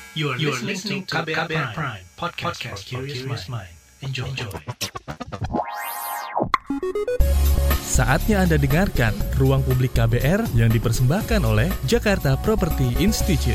You are listening to KBR Prime, podcast for curious mind. Enjoy. Saatnya Anda dengarkan Ruang Publik KBR yang dipersembahkan oleh Jakarta Property Institute.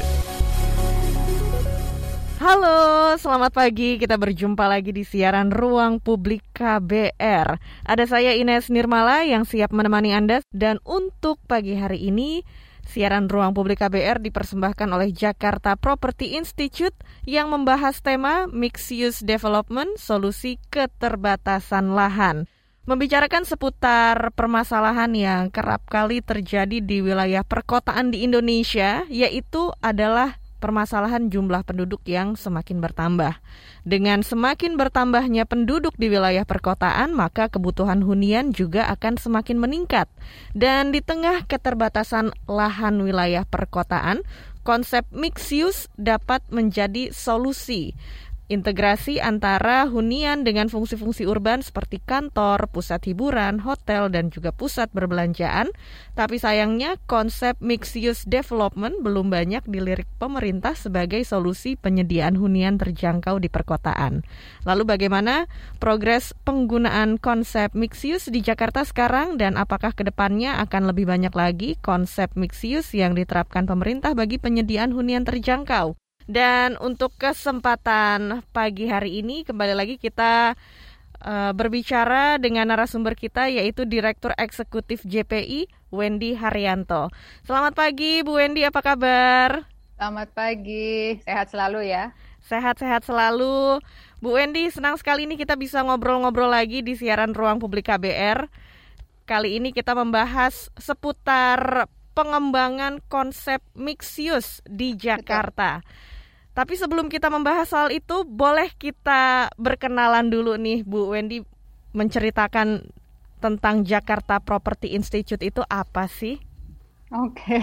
Halo, selamat pagi. Kita berjumpa lagi di siaran Ruang Publik KBR. Ada saya Ines Nirmala yang siap menemani Anda. Dan untuk pagi hari ini, siaran Ruang Publik KBR dipersembahkan oleh Jakarta Property Institute yang membahas tema Mixed Use Development, Solusi Keterbatasan Lahan. Membicarakan seputar permasalahan yang kerap kali terjadi di wilayah perkotaan di Indonesia, yaitu adalah permasalahan jumlah penduduk yang semakin bertambah. Dengan semakin bertambahnya penduduk di wilayah perkotaan, maka kebutuhan hunian juga akan semakin meningkat. Dan di tengah keterbatasan lahan wilayah perkotaan, konsep mixed use dapat menjadi solusi. Integrasi antara hunian dengan fungsi-fungsi urban seperti kantor, pusat hiburan, hotel, dan juga pusat perbelanjaan. Tapi sayangnya konsep mixed use development belum banyak dilirik pemerintah sebagai solusi penyediaan hunian terjangkau di perkotaan. Lalu bagaimana progres penggunaan konsep mixed use di Jakarta sekarang, dan apakah kedepannya akan lebih banyak lagi konsep mixed use yang diterapkan pemerintah bagi penyediaan hunian terjangkau? Dan untuk kesempatan pagi hari ini kembali lagi kita berbicara dengan narasumber kita, yaitu Direktur Eksekutif JPI, Wendy Haryanto. Selamat pagi Bu Wendy, apa kabar? Selamat pagi, sehat selalu ya. Sehat-sehat selalu. Bu Wendy, senang sekali ini kita bisa ngobrol-ngobrol lagi di siaran Ruang Publik KBR. Kali ini kita membahas seputar pengembangan konsep mixed use di Jakarta. Betul. Tapi sebelum kita membahas soal itu, boleh kita berkenalan dulu nih Bu Wendy, menceritakan tentang Jakarta Property Institute itu apa sih? Oke.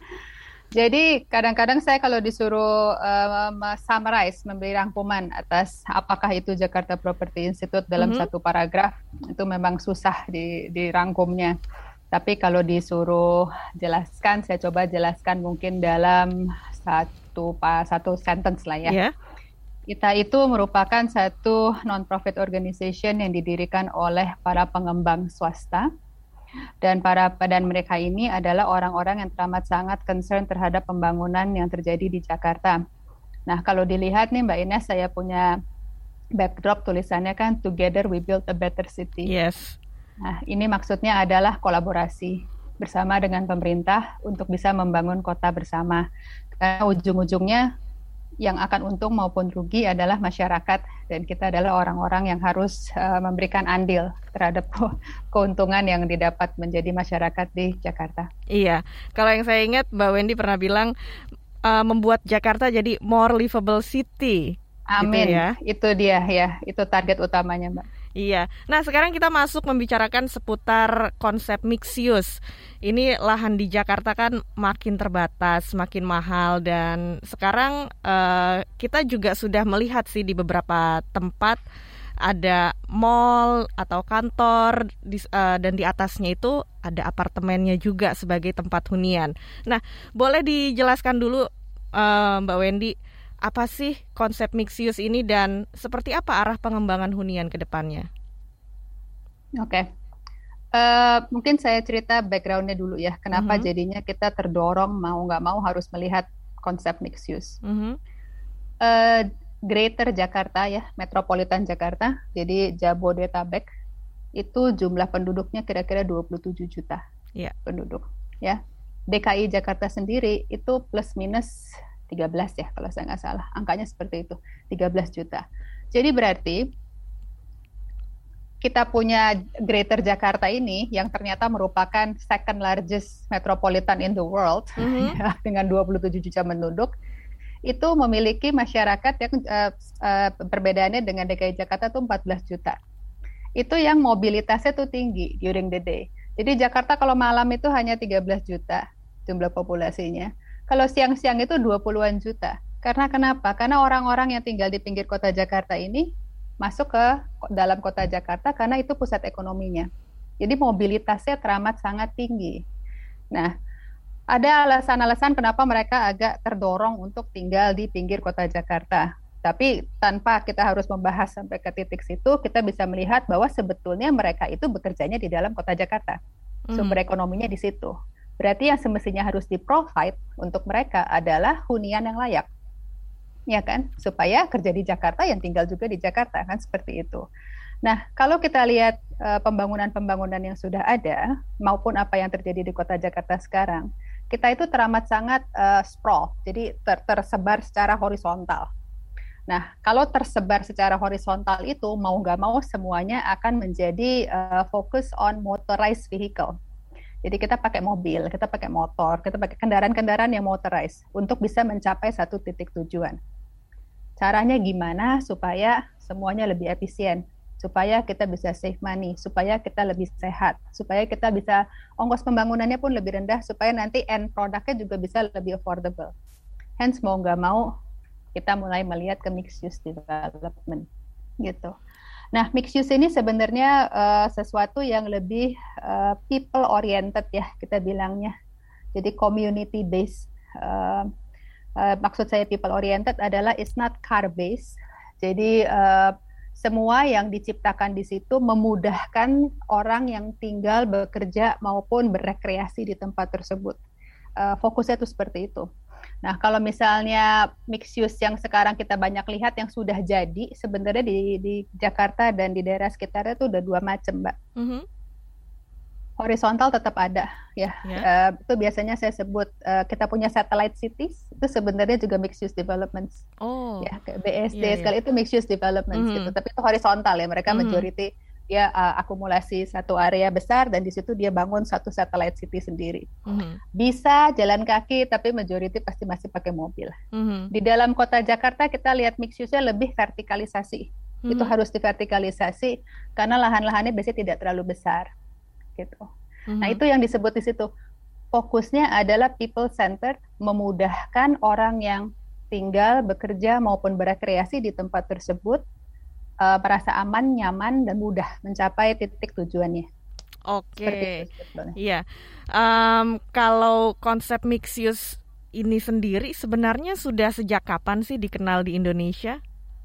Jadi kadang-kadang saya kalau disuruh summarize, memberi rangkuman atas apakah itu Jakarta Property Institute dalam satu paragraf, itu memang susah dirangkumnya. Tapi kalau disuruh jelaskan, saya coba jelaskan mungkin dalam satu sentence lah ya. Yeah. Kita itu merupakan satu non-profit organization yang didirikan oleh para pengembang swasta. Dan mereka ini adalah orang-orang yang teramat sangat concern terhadap pembangunan yang terjadi di Jakarta. Nah, kalau dilihat nih Mbak Ines, saya punya backdrop tulisannya kan Together We Build a Better City. Yes. Nah, ini maksudnya adalah kolaborasi bersama dengan pemerintah untuk bisa membangun kota bersama. Karena ujung-ujungnya yang akan untung maupun rugi adalah masyarakat, dan kita adalah orang-orang yang harus memberikan andil terhadap keuntungan yang didapat menjadi masyarakat di Jakarta. Iya, kalau yang saya ingat Mbak Wendy pernah bilang membuat Jakarta jadi more livable city. Amin, gitu ya. Itu dia ya, itu target utamanya Mbak. Iya, nah sekarang kita masuk membicarakan seputar konsep mixed use. Ini lahan di Jakarta kan makin terbatas, makin mahal, dan sekarang kita juga sudah melihat sih di beberapa tempat ada mall atau kantor dan di atasnya itu ada apartemennya juga sebagai tempat hunian. Nah, boleh dijelaskan dulu Mbak Wendy, apa sih konsep mixed use ini dan seperti apa arah pengembangan hunian ke depannya? Oke. Mungkin saya cerita background-nya dulu ya. Kenapa jadinya kita terdorong mau nggak mau harus melihat konsep mixed use. Greater Jakarta ya, metropolitan Jakarta, jadi Jabodetabek, itu jumlah penduduknya kira-kira 27 juta penduduk. Ya. DKI Jakarta sendiri itu plus minus 13 ya kalau saya nggak salah, angkanya seperti itu, 13 juta. Jadi berarti kita punya Greater Jakarta ini yang ternyata merupakan second largest metropolitan in the world, ya, dengan 27 juta penduduk, itu memiliki masyarakat yang perbedaannya dengan DKI Jakarta tuh 14 juta. Itu yang mobilitasnya tuh tinggi during the day. Jadi Jakarta kalau malam itu hanya 13 juta jumlah populasinya. Kalau siang-siang itu 20-an juta. Karena kenapa? Karena orang-orang yang tinggal di pinggir kota Jakarta ini masuk ke dalam kota Jakarta karena itu pusat ekonominya. Jadi mobilitasnya teramat sangat tinggi. Nah, Ada alasan-alasan kenapa mereka agak terdorong untuk tinggal di pinggir kota Jakarta. Tapi tanpa kita harus membahas sampai ke titik situ, kita bisa melihat bahwa sebetulnya mereka itu bekerjanya di dalam kota Jakarta. Sumber ekonominya di situ. Berarti yang semestinya harus di-provide untuk mereka adalah hunian yang layak. Ya kan? Supaya kerja di Jakarta yang tinggal juga di Jakarta, kan seperti itu. Nah, kalau kita lihat pembangunan-pembangunan yang sudah ada, maupun apa yang terjadi di kota Jakarta sekarang, kita itu teramat sangat sprawl, jadi tersebar secara horizontal. Nah, kalau tersebar secara horizontal itu, mau nggak mau semuanya akan menjadi fokus on motorized vehicle. Jadi kita pakai mobil, kita pakai motor, kita pakai kendaraan-kendaraan yang motorized untuk bisa mencapai satu titik tujuan. Caranya gimana supaya semuanya lebih efisien, supaya kita bisa save money, supaya kita lebih sehat, supaya kita bisa ongkos pembangunannya pun lebih rendah, supaya nanti end produknya juga bisa lebih affordable. Hence mau nggak mau kita mulai melihat ke mixed use development gitu. Nah, mixed use ini sebenarnya sesuatu yang lebih people oriented ya kita bilangnya. Jadi community based. Maksud saya people oriented adalah it's not car based. Jadi semua yang diciptakan di situ memudahkan orang yang tinggal, bekerja maupun berekreasi di tempat tersebut. Fokusnya itu seperti itu. Nah, kalau misalnya mixed use yang sekarang kita banyak lihat yang sudah jadi, sebenarnya di Jakarta dan di daerah sekitarnya itu udah dua macam, Mbak. Horizontal tetap ada, ya. Itu biasanya saya sebut kita punya satellite cities, itu sebenarnya juga mixed use developments. Ya, kayak BSD sekali itu mixed use developments gitu. Tapi itu horizontal ya, mereka majority dia akumulasi satu area besar dan di situ dia bangun satu satellite city sendiri. Bisa jalan kaki tapi majority pasti masih pakai mobil. Di dalam kota Jakarta kita lihat mixed use-nya lebih vertikalisasi. Itu harus divertikalisasi karena lahan-lahannya biasanya tidak terlalu besar. Gitu. Nah, itu yang disebut di situ. Fokusnya adalah people centered, memudahkan orang yang tinggal, bekerja maupun berekreasi di tempat tersebut merasa aman, nyaman dan mudah mencapai titik tujuannya. Oke. Iya. Kalau konsep mixed use ini sendiri sebenarnya sudah sejak kapan sih dikenal di Indonesia?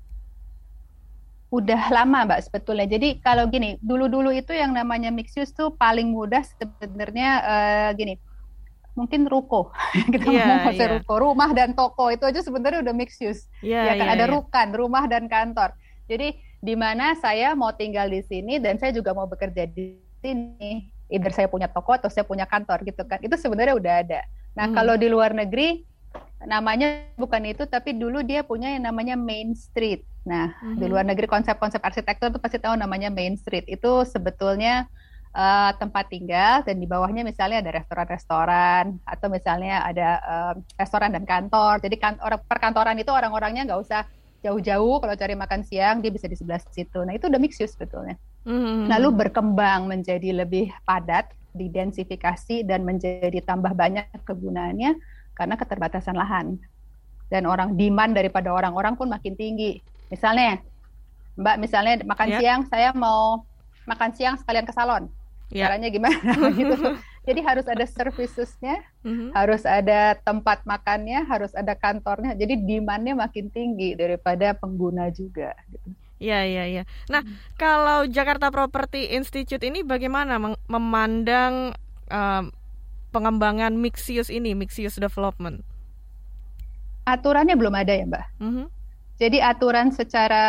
Udah lama Mbak sebetulnya. Jadi kalau gini, dulu-dulu itu yang namanya mixed use tuh paling mudah sebenarnya gini, mungkin ruko. Kita ngomong ruko, rumah dan toko itu aja sebenarnya udah mixed use. Ada rukan, rumah dan kantor. Jadi di mana saya mau tinggal di sini dan saya juga mau bekerja di sini. Either saya punya toko atau saya punya kantor gitu kan. Itu sebenarnya udah ada. Nah, kalau di luar negeri namanya bukan itu, tapi dulu dia punya yang namanya Main Street. Nah, di luar negeri konsep-konsep arsitektur itu pasti tahu namanya Main Street. Itu sebetulnya tempat tinggal dan di bawahnya misalnya ada restoran-restoran atau misalnya ada restoran dan kantor. Jadi perkantoran itu orang-orangnya nggak usah jauh-jauh, kalau cari makan siang dia bisa di sebelah situ. Nah, itu udah mixed use sebetulnya. Lalu berkembang menjadi lebih padat, didensifikasi dan menjadi tambah banyak kegunaannya karena keterbatasan lahan. Dan demand daripada orang-orang pun makin tinggi. Misalnya, Mbak, misalnya makan siang, saya mau makan siang sekalian ke salon. Caranya gimana? Gitu. Jadi harus ada servicesnya, harus ada tempat makannya, harus ada kantornya. Jadi demand-nya makin tinggi daripada pengguna juga. Gitu. Iya. Nah, kalau Jakarta Property Institute ini bagaimana memandang pengembangan mixed use ini, mixed use development? Aturannya belum ada ya, Mbak. Jadi aturan secara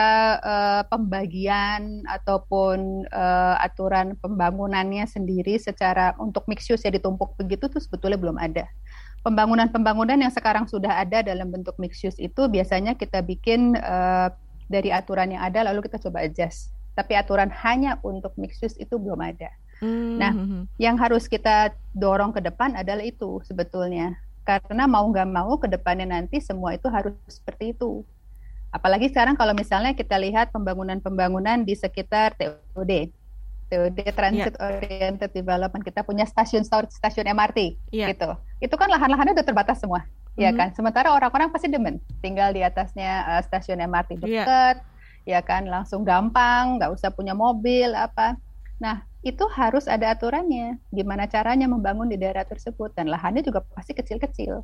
pembagian ataupun aturan pembangunannya sendiri secara untuk mixed use ya ditumpuk begitu tuh sebetulnya belum ada. Pembangunan-pembangunan yang sekarang sudah ada dalam bentuk mixed use itu biasanya kita bikin dari aturan yang ada lalu kita coba adjust. Tapi aturan hanya untuk mixed use itu belum ada. Nah, yang harus kita dorong ke depan adalah itu sebetulnya. Karena mau nggak mau ke depannya nanti semua itu harus seperti itu. Apalagi sekarang kalau misalnya kita lihat pembangunan-pembangunan di sekitar TOD Transit Oriented Development, kita punya stasiun MRT gitu. Itu kan lahan-lahannya udah terbatas semua, ya kan. Sementara orang-orang pasti demen tinggal di atasnya stasiun MRT dekat, ya kan, langsung gampang, nggak usah punya mobil apa. Nah, itu harus ada aturannya. Gimana caranya membangun di daerah tersebut, dan lahannya juga pasti kecil-kecil.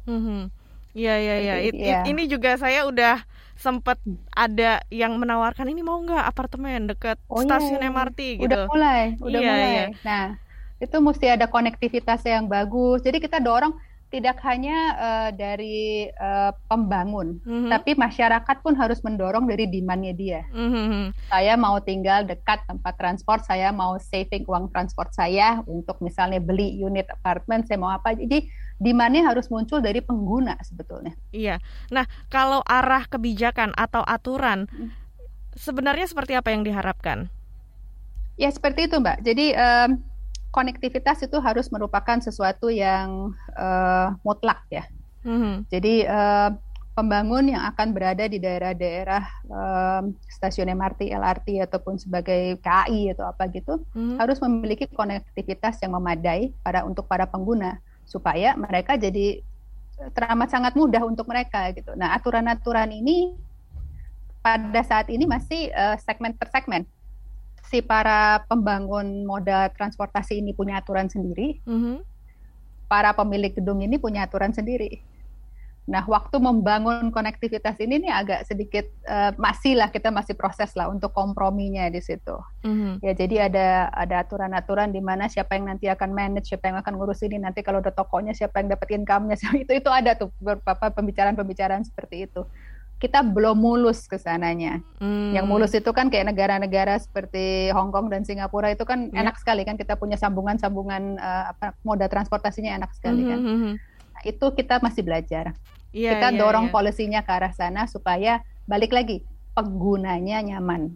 Ini juga saya udah sempat ada yang menawarkan, ini mau nggak apartemen dekat stasiun MRT gitu. Udah mulai. Nah, itu mesti ada konektivitas yang bagus. Jadi kita dorong tidak hanya dari pembangun, tapi masyarakat pun harus mendorong dari demand-nya dia. Saya mau tinggal dekat tempat transport, saya mau saving uang transport saya untuk misalnya beli unit apartemen, saya mau apa. Jadi demand-nya harus muncul dari pengguna sebetulnya. Iya. Nah, kalau arah kebijakan atau aturan, sebenarnya seperti apa yang diharapkan? Ya seperti itu, Mbak. Jadi konektivitas itu harus merupakan sesuatu yang mutlak ya. Jadi pembangun yang akan berada di daerah-daerah stasiun MRT, LRT ataupun sebagai KAI atau apa gitu, harus memiliki konektivitas yang memadai untuk para pengguna supaya mereka jadi teramat sangat mudah untuk mereka gitu. Nah, aturan-aturan ini pada saat ini masih segmen per segmen. Si para pembangun moda transportasi ini punya aturan sendiri, para pemilik gedung ini punya aturan sendiri. Nah, waktu membangun konektivitas ini nih agak sedikit kita masih proses lah untuk komprominya di situ. Ya, jadi ada aturan-aturan di mana siapa yang nanti akan manage, siapa yang akan ngurus ini, nanti kalau udah tokonya siapa yang dapat income-nya, itu ada tuh beberapa pembicaraan seperti itu. Kita belum mulus ke sananya. Yang mulus itu kan kayak negara-negara seperti Hong Kong dan Singapura itu kan enak sekali kan, kita punya sambungan-sambungan moda transportasinya enak sekali kan. Nah, itu kita masih belajar. Kita dorong polisinya ke arah sana supaya balik lagi penggunanya nyaman.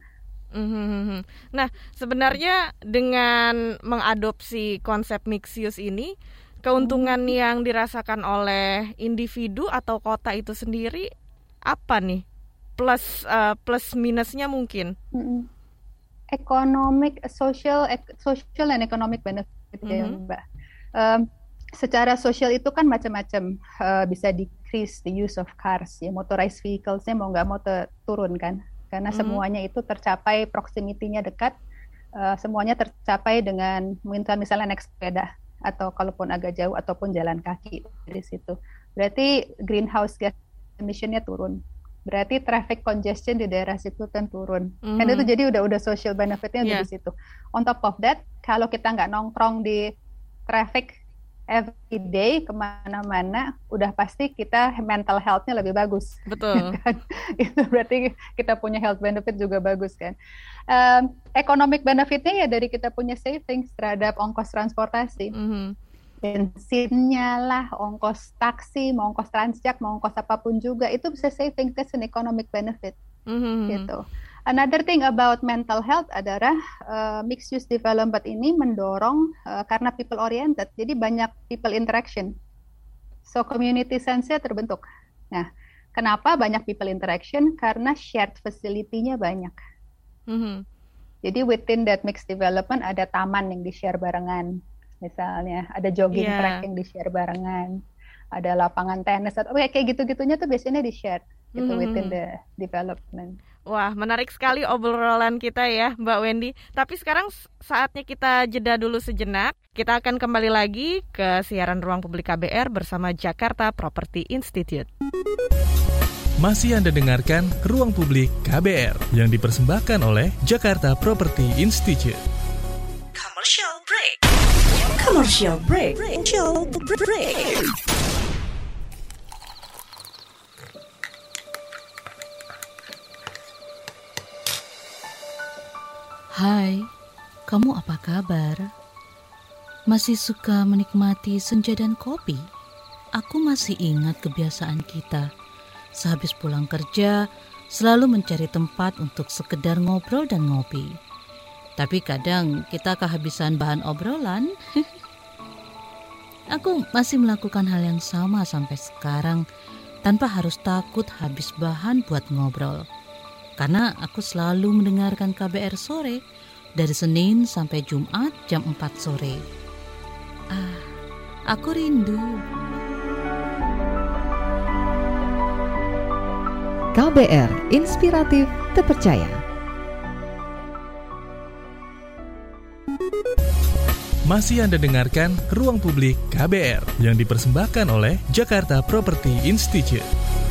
Nah, sebenarnya dengan mengadopsi konsep mixed use ini, keuntungan yang dirasakan oleh individu atau kota itu sendiri apa nih? Plus minusnya mungkin? Social and economic benefit ya Mbak. Secara sosial itu kan macam-macam, bisa decrease the use of cars, ya motorized vehicles-nya mau nggak mau turun kan, karena semuanya itu tercapai proximity-nya dekat, semuanya tercapai dengan misalnya naik sepeda atau kalaupun agak jauh ataupun jalan kaki dari situ. Berarti greenhouse gas emission-nya turun. Berarti traffic congestion di daerah situ kan turun. Kan itu jadi udah social benefit-nya di situ. On top of that, kalau kita nggak nongkrong di traffic every day kemana-mana, udah pasti kita mental health-nya lebih bagus. Betul. Kan? Itu berarti kita punya health benefit juga bagus kan. Economic benefit-nya ya dari kita punya savings terhadap ongkos transportasi. Bensinnya lah, ongkos taksi, mau ongkos Transjak, mau ongkos apapun juga, itu bisa saving, that's an economic benefit. Gitu. Another thing about mental health adalah mixed use development ini mendorong karena people oriented, jadi banyak people interaction. So community sense-nya terbentuk. Nah, kenapa banyak people interaction? Karena shared facility-nya banyak. Jadi within that mixed development ada taman yang di-share barengan. Misalnya ada jogging track yang di-share barengan, ada lapangan tenis atau kayak gitu-gitunya tuh biasanya di-share gitu within the development. Wah, menarik sekali obrolan kita ya, Mbak Wendy. Tapi sekarang saatnya kita jeda dulu sejenak. Kita akan kembali lagi ke siaran Ruang Publik KBR bersama Jakarta Property Institute. Masih Anda dengarkan Ruang Publik KBR yang dipersembahkan oleh Jakarta Property Institute. Commercial break. Commercial break. Commercial break. Hai, kamu apa kabar? Masih suka menikmati senja dan kopi? Aku masih ingat kebiasaan kita. Sehabis pulang kerja, selalu mencari tempat untuk sekedar ngobrol dan ngopi. Tapi kadang kita kehabisan bahan obrolan. Aku masih melakukan hal yang sama sampai sekarang, tanpa harus takut habis bahan buat ngobrol. Karena aku selalu mendengarkan KBR sore dari Senin sampai Jumat jam 4 sore. Aku rindu. KBR Inspiratif Terpercaya. Masih Anda dengarkan Ruang Publik KBR yang dipersembahkan oleh Jakarta Property Institute.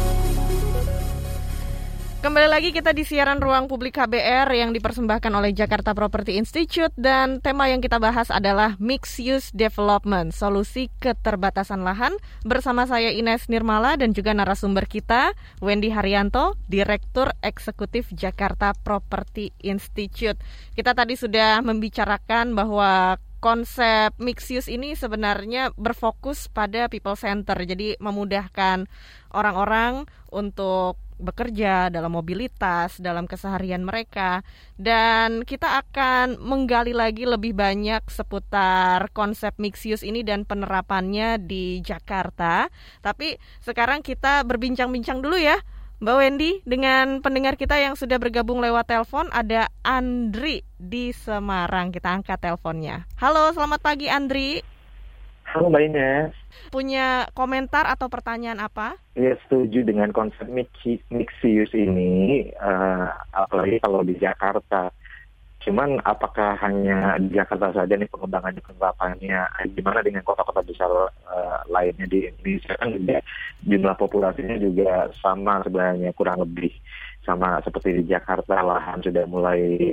Kembali lagi kita di siaran Ruang Publik KBR yang dipersembahkan oleh Jakarta Property Institute, dan tema yang kita bahas adalah Mixed Use Development, solusi keterbatasan lahan, bersama saya Ines Nirmala dan juga narasumber kita Wendy Haryanto, Direktur Eksekutif Jakarta Property Institute. Kita tadi sudah membicarakan bahwa konsep mixed use ini sebenarnya berfokus pada people center, jadi memudahkan orang-orang untuk bekerja dalam mobilitas, dalam keseharian mereka. Dan kita akan menggali lagi lebih banyak seputar konsep mixed use ini dan penerapannya di Jakarta. Tapi sekarang kita berbincang-bincang dulu ya, Mbak Wendy, dengan pendengar kita yang sudah bergabung lewat telepon. Ada Andri di Semarang, kita angkat teleponnya. Halo, selamat pagi Andri. Halo Mbak Ines. Punya komentar atau pertanyaan apa? Ya, setuju dengan konsep mixed use ini, apalagi kalau di Jakarta. Cuman apakah hanya di Jakarta saja nih pengembangannya, gimana dengan kota-kota besar lainnya di Indonesia? Kan juga jumlah populasinya juga sama sebenarnya, kurang lebih sama seperti di Jakarta, lahan sudah mulai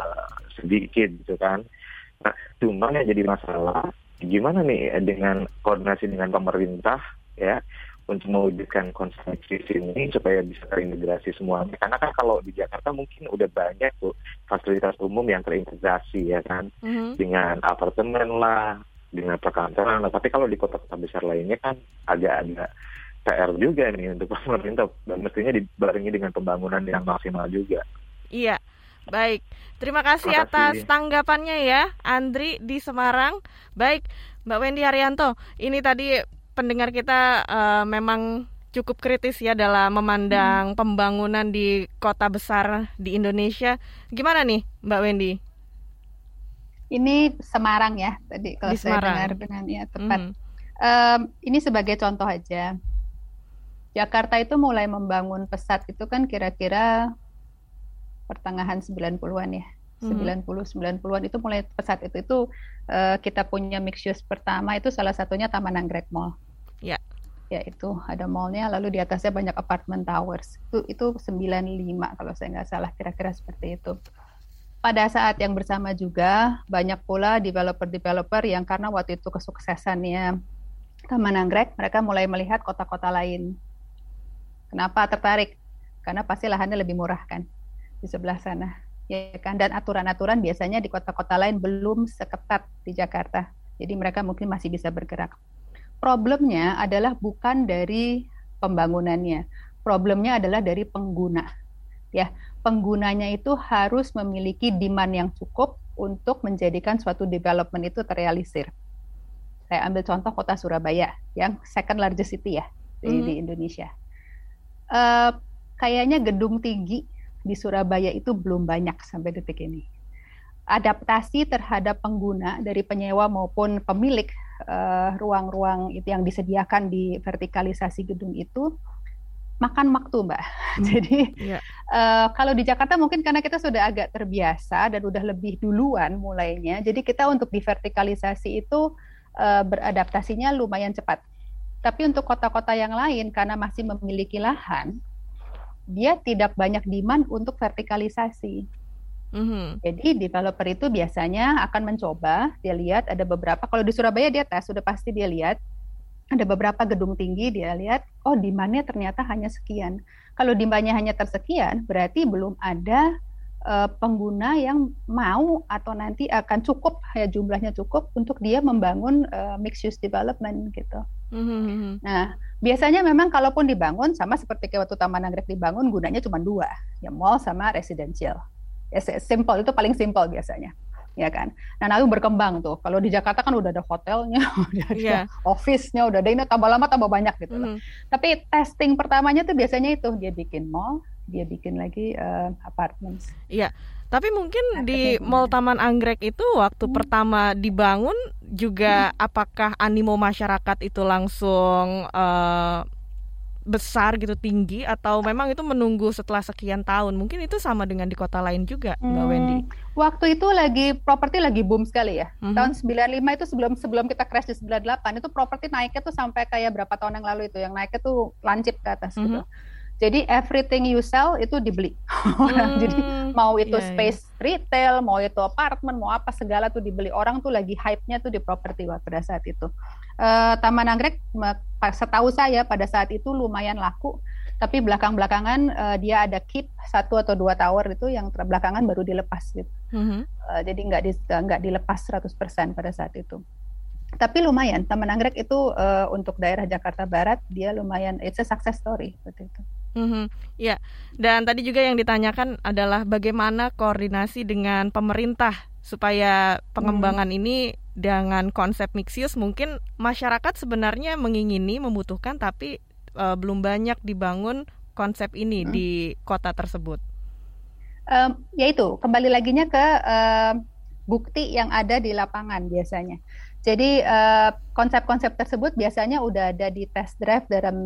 sedikit gitu kan. Nah, cuman yang jadi masalah, gimana nih dengan koordinasi dengan pemerintah ya untuk mewujudkan konsep mixed use ini supaya bisa terintegrasi semuanya. Karena kan kalau di Jakarta mungkin udah banyak tuh fasilitas umum yang terintegrasi ya kan, dengan apartemen lah, dengan perkantoran lah. Tapi kalau di kota-kota besar lainnya kan agak PR juga nih untuk pemerintah, dan mestinya dibarengi dengan pembangunan yang maksimal juga. Iya. Baik, terima kasih atas tanggapannya ya, Andri di Semarang. Baik, Mbak Wendy Haryanto, ini tadi pendengar kita memang cukup kritis ya dalam memandang pembangunan di kota besar di Indonesia. Gimana nih, Mbak Wendy? Ini Semarang ya, tadi kalau di saya Semarang. dengar dengan ya tepat. Ini sebagai contoh aja. Jakarta itu mulai membangun pesat itu kan kira-kira pertengahan 90-an ya. 90-90-an itu mulai pesat itu kita punya mixed use pertama itu salah satunya Taman Anggrek Mall. Ya. Ya, itu ada mallnya, lalu di atasnya banyak apartment towers. Itu 95 kalau saya nggak salah, kira-kira seperti itu. Pada saat yang bersama juga banyak pula developer-developer yang karena waktu itu kesuksesannya Taman Anggrek, mereka mulai melihat kota-kota lain. Kenapa tertarik? Karena pasti lahannya lebih murah kan di sebelah sana, ya kan? Dan aturan-aturan biasanya di kota-kota lain belum seketat di Jakarta. Jadi mereka mungkin masih bisa bergerak. Problemnya adalah bukan dari pembangunannya. Problemnya adalah dari pengguna. Ya, penggunanya itu harus memiliki demand yang cukup untuk menjadikan suatu development itu terrealisir. Saya ambil contoh kota Surabaya yang second largest city ya di Indonesia. Kayaknya gedung tinggi di Surabaya itu belum banyak sampai detik ini. Adaptasi terhadap pengguna dari penyewa maupun pemilik ruang-ruang itu yang disediakan di vertikalisasi gedung itu makan waktu, Mbak. Jadi kalau di Jakarta mungkin karena kita sudah agak terbiasa dan udah lebih duluan mulainya, jadi kita untuk di vertikalisasi itu beradaptasinya lumayan cepat. Tapi untuk kota-kota yang lain karena masih memiliki lahan, dia tidak banyak demand untuk vertikalisasi. Jadi developer itu biasanya akan mencoba, dia lihat ada beberapa, kalau di Surabaya dia tes, sudah pasti dia lihat, ada beberapa gedung tinggi, dia lihat, oh demand-nya ternyata hanya sekian. Kalau demand-nya hanya tersekian, berarti belum ada pengguna yang mau atau nanti akan cukup, ya jumlahnya cukup untuk dia membangun mixed use development gitu. Nah, biasanya memang kalaupun dibangun sama seperti kayak waktu Taman Anggrek dibangun, gunanya cuma dua, ya mall sama residential. Ya, simple, itu paling simple biasanya, ya kan. Nah, lalu berkembang tuh. Kalau di Jakarta kan udah ada hotelnya, udah ada office-nya, udah ada ini, tambah lama tambah banyak gitu loh. Tapi testing pertamanya tuh biasanya itu dia bikin mall, dia bikin lagi apartments. Iya. Tapi mungkin di Mall Taman Anggrek itu waktu pertama dibangun juga apakah animo masyarakat itu langsung besar gitu, tinggi, atau memang itu menunggu setelah sekian tahun? Mungkin itu sama dengan di kota lain juga, Mbak Wendy. Waktu itu properti lagi boom sekali ya. Tahun 95 itu sebelum kita crash di 98 itu properti naiknya tuh sampai kayak berapa tahun yang lalu itu, yang naiknya tuh lancip ke atas gitu. Jadi everything you sell itu dibeli. Jadi mau itu space retail, mau itu apartemen, mau apa segala tuh dibeli. Orang tuh lagi hype-nya tuh di properti pada saat itu. Taman Anggrek setahu saya pada saat itu lumayan laku, tapi belakang-belakangan dia ada keep 1 atau 2 tower itu yang belakangan baru dilepas gitu. Jadi nggak dilepas 100% pada saat itu. Tapi lumayan, Taman Anggrek itu untuk daerah Jakarta Barat dia lumayan, it's a success story seperti itu. Ya, dan tadi juga yang ditanyakan adalah bagaimana koordinasi dengan pemerintah supaya pengembangan ini dengan konsep mixed use mungkin masyarakat sebenarnya mengingini, membutuhkan, tapi belum banyak dibangun konsep ini di kota tersebut. Yaitu kembali laginya ke bukti yang ada di lapangan biasanya. Jadi konsep-konsep tersebut biasanya udah ada di test drive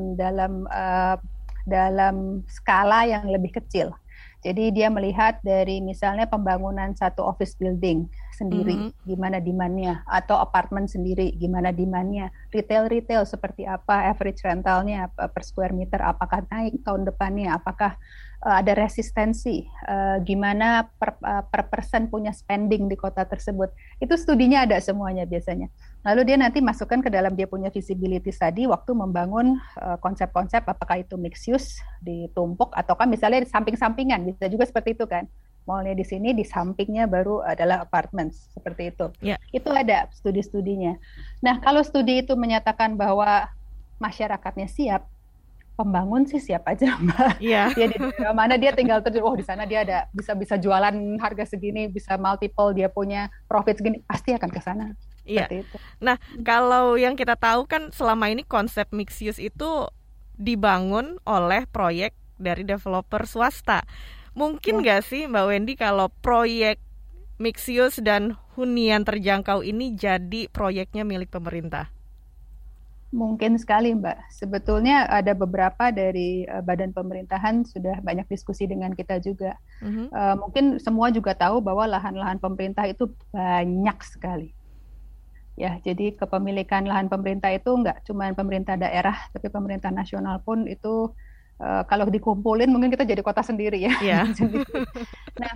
dalam skala yang lebih kecil. Jadi dia melihat dari misalnya pembangunan satu office building sendiri, gimana demand-nya, atau apartemen sendiri, gimana demand-nya, retail seperti apa, average rentalnya per square meter, apakah naik tahun depannya, apakah ada resistensi, gimana per persen punya spending di kota tersebut. Itu studinya ada semuanya biasanya. Lalu dia nanti masukkan ke dalam dia punya visibility study waktu membangun konsep-konsep, apakah itu mixed use ditumpuk ataukah misalnya di samping-sampingan, bisa juga seperti itu kan. Mallnya di sini, di sampingnya baru adalah apartments, seperti itu. Itu ada studi-studinya. Nah, kalau studi itu menyatakan bahwa masyarakatnya siap, pembangun sih siap aja, Mbak. Dia di daerah mana dia tinggal di sana dia ada bisa jualan harga segini, bisa multiple, dia punya profit segini, pasti akan ke sana. Itu. Nah, kalau yang kita tahu kan selama ini konsep mixed use itu dibangun oleh proyek dari developer swasta. Mungkin nggak sih Mbak Wendy kalau proyek mixed use dan hunian terjangkau ini jadi proyeknya milik pemerintah? Mungkin sekali, Mbak. Sebetulnya ada beberapa dari badan pemerintahan sudah banyak diskusi dengan kita juga. Mungkin semua juga tahu bahwa lahan-lahan pemerintah itu banyak sekali. Ya, jadi kepemilikan lahan pemerintah itu nggak cuma pemerintah daerah, tapi pemerintah nasional pun itu kalau dikumpulin mungkin kita jadi kota sendiri ya. Nah,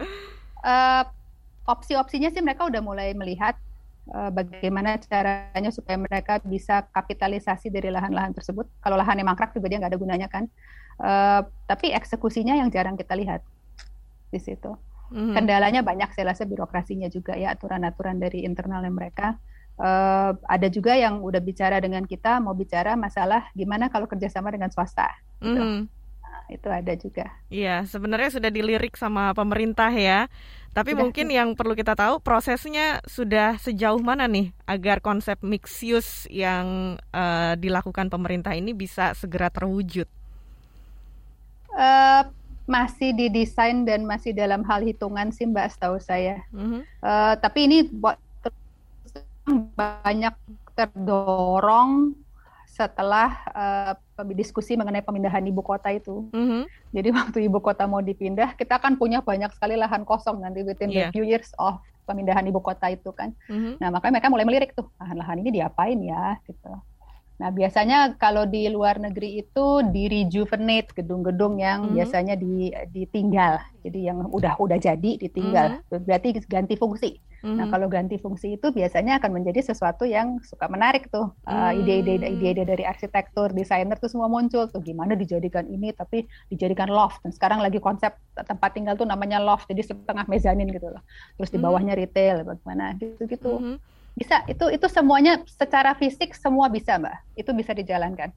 opsi-opsinya sih mereka udah mulai melihat bagaimana caranya supaya mereka bisa kapitalisasi dari lahan-lahan tersebut. Kalau lahannya mangkrak juga dia nggak ada gunanya kan. Tapi eksekusinya yang jarang kita lihat di situ. Kendalanya banyak, saya rasa birokrasinya juga ya, aturan-aturan dari internalnya mereka. Ada juga yang udah bicara dengan kita, mau bicara masalah gimana kalau kerjasama dengan swasta. Gitu. Nah, itu ada juga. Iya, sebenarnya sudah dilirik sama pemerintah ya. Tapi mungkin yang perlu kita tahu prosesnya sudah sejauh mana nih agar konsep mixed use yang dilakukan pemerintah ini bisa segera terwujud? Masih didesain dan masih dalam hal hitungan sih Mbak, setahu saya. Tapi ini banyak terdorong setelah diskusi mengenai pemindahan ibu kota itu. Jadi waktu ibu kota mau dipindah, kita kan punya banyak sekali lahan kosong nanti within the few years of pemindahan ibu kota itu kan. Nah, makanya mereka mulai melirik tuh, lahan-lahan ini diapain ya gitu. Nah, biasanya kalau di luar negeri itu di-rejuvenate gedung-gedung yang biasanya ditinggal. Jadi yang udah jadi ditinggal. Berarti ganti fungsi. Nah, kalau ganti fungsi itu biasanya akan menjadi sesuatu yang suka menarik tuh. Ide-ide dari arsitektur, desainer tuh semua muncul tuh. Gimana dijadikan ini tapi dijadikan loft. Dan sekarang lagi konsep tempat tinggal tuh namanya loft. Jadi setengah mezanin gitu loh. Terus di bawahnya retail, bagaimana gitu-gitu. Bisa, itu semuanya secara fisik semua bisa, Mbak. Itu bisa dijalankan.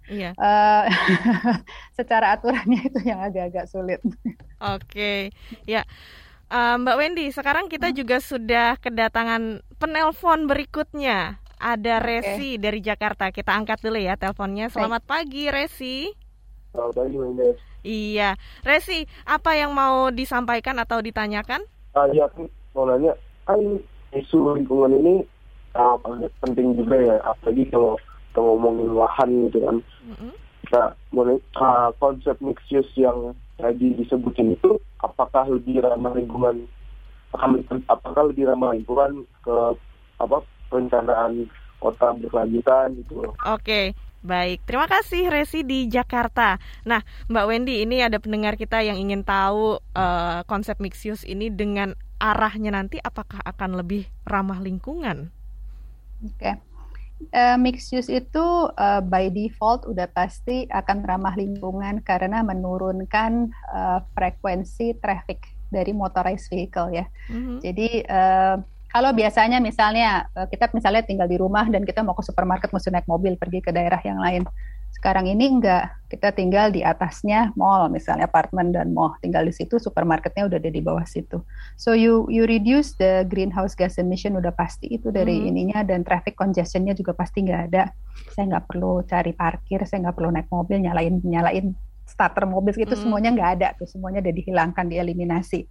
Secara aturannya itu yang agak-agak sulit. Oke, ya. Mbak Wendy, sekarang kita juga sudah kedatangan penelpon berikutnya. Ada Resi dari Jakarta. Kita angkat dulu ya teleponnya. Selamat pagi, Resi. Selamat pagi, Wendy. Iya, Resi, apa yang mau disampaikan atau ditanyakan? Ya, aku mau nanya, kan isu lingkungan ini penting juga ya, apalagi kalau kita ngomongin lahan gitu kan. Nah, konsep mixed use yang tadi disebutin itu apakah lebih ramah lingkungan? Apakah lebih ramah lingkungan ke perencanaan kota berkelanjutan gitu? Oke. Baik, terima kasih Resi di Jakarta. Nah, Mbak Wendy, ini ada pendengar kita yang ingin tahu konsep mixed use ini dengan arahnya nanti apakah akan lebih ramah lingkungan? Oke. Mixed use itu by default udah pasti akan ramah lingkungan karena menurunkan frekuensi traffic dari motorized vehicle ya. Jadi kalau biasanya misalnya kita tinggal di rumah dan kita mau ke supermarket mesti naik mobil pergi ke daerah yang lain. Sekarang ini enggak, kita tinggal di atasnya mall, misalnya apartemen dan mall, tinggal di situ, supermarketnya udah ada di bawah situ. So you reduce the greenhouse gas emission udah pasti itu dari ininya, dan traffic congestionnya juga pasti nggak ada. Saya nggak perlu cari parkir, saya nggak perlu naik mobil, nyalain starter mobil gitu, semuanya nggak ada tuh, semuanya udah dihilangkan, dieliminasi.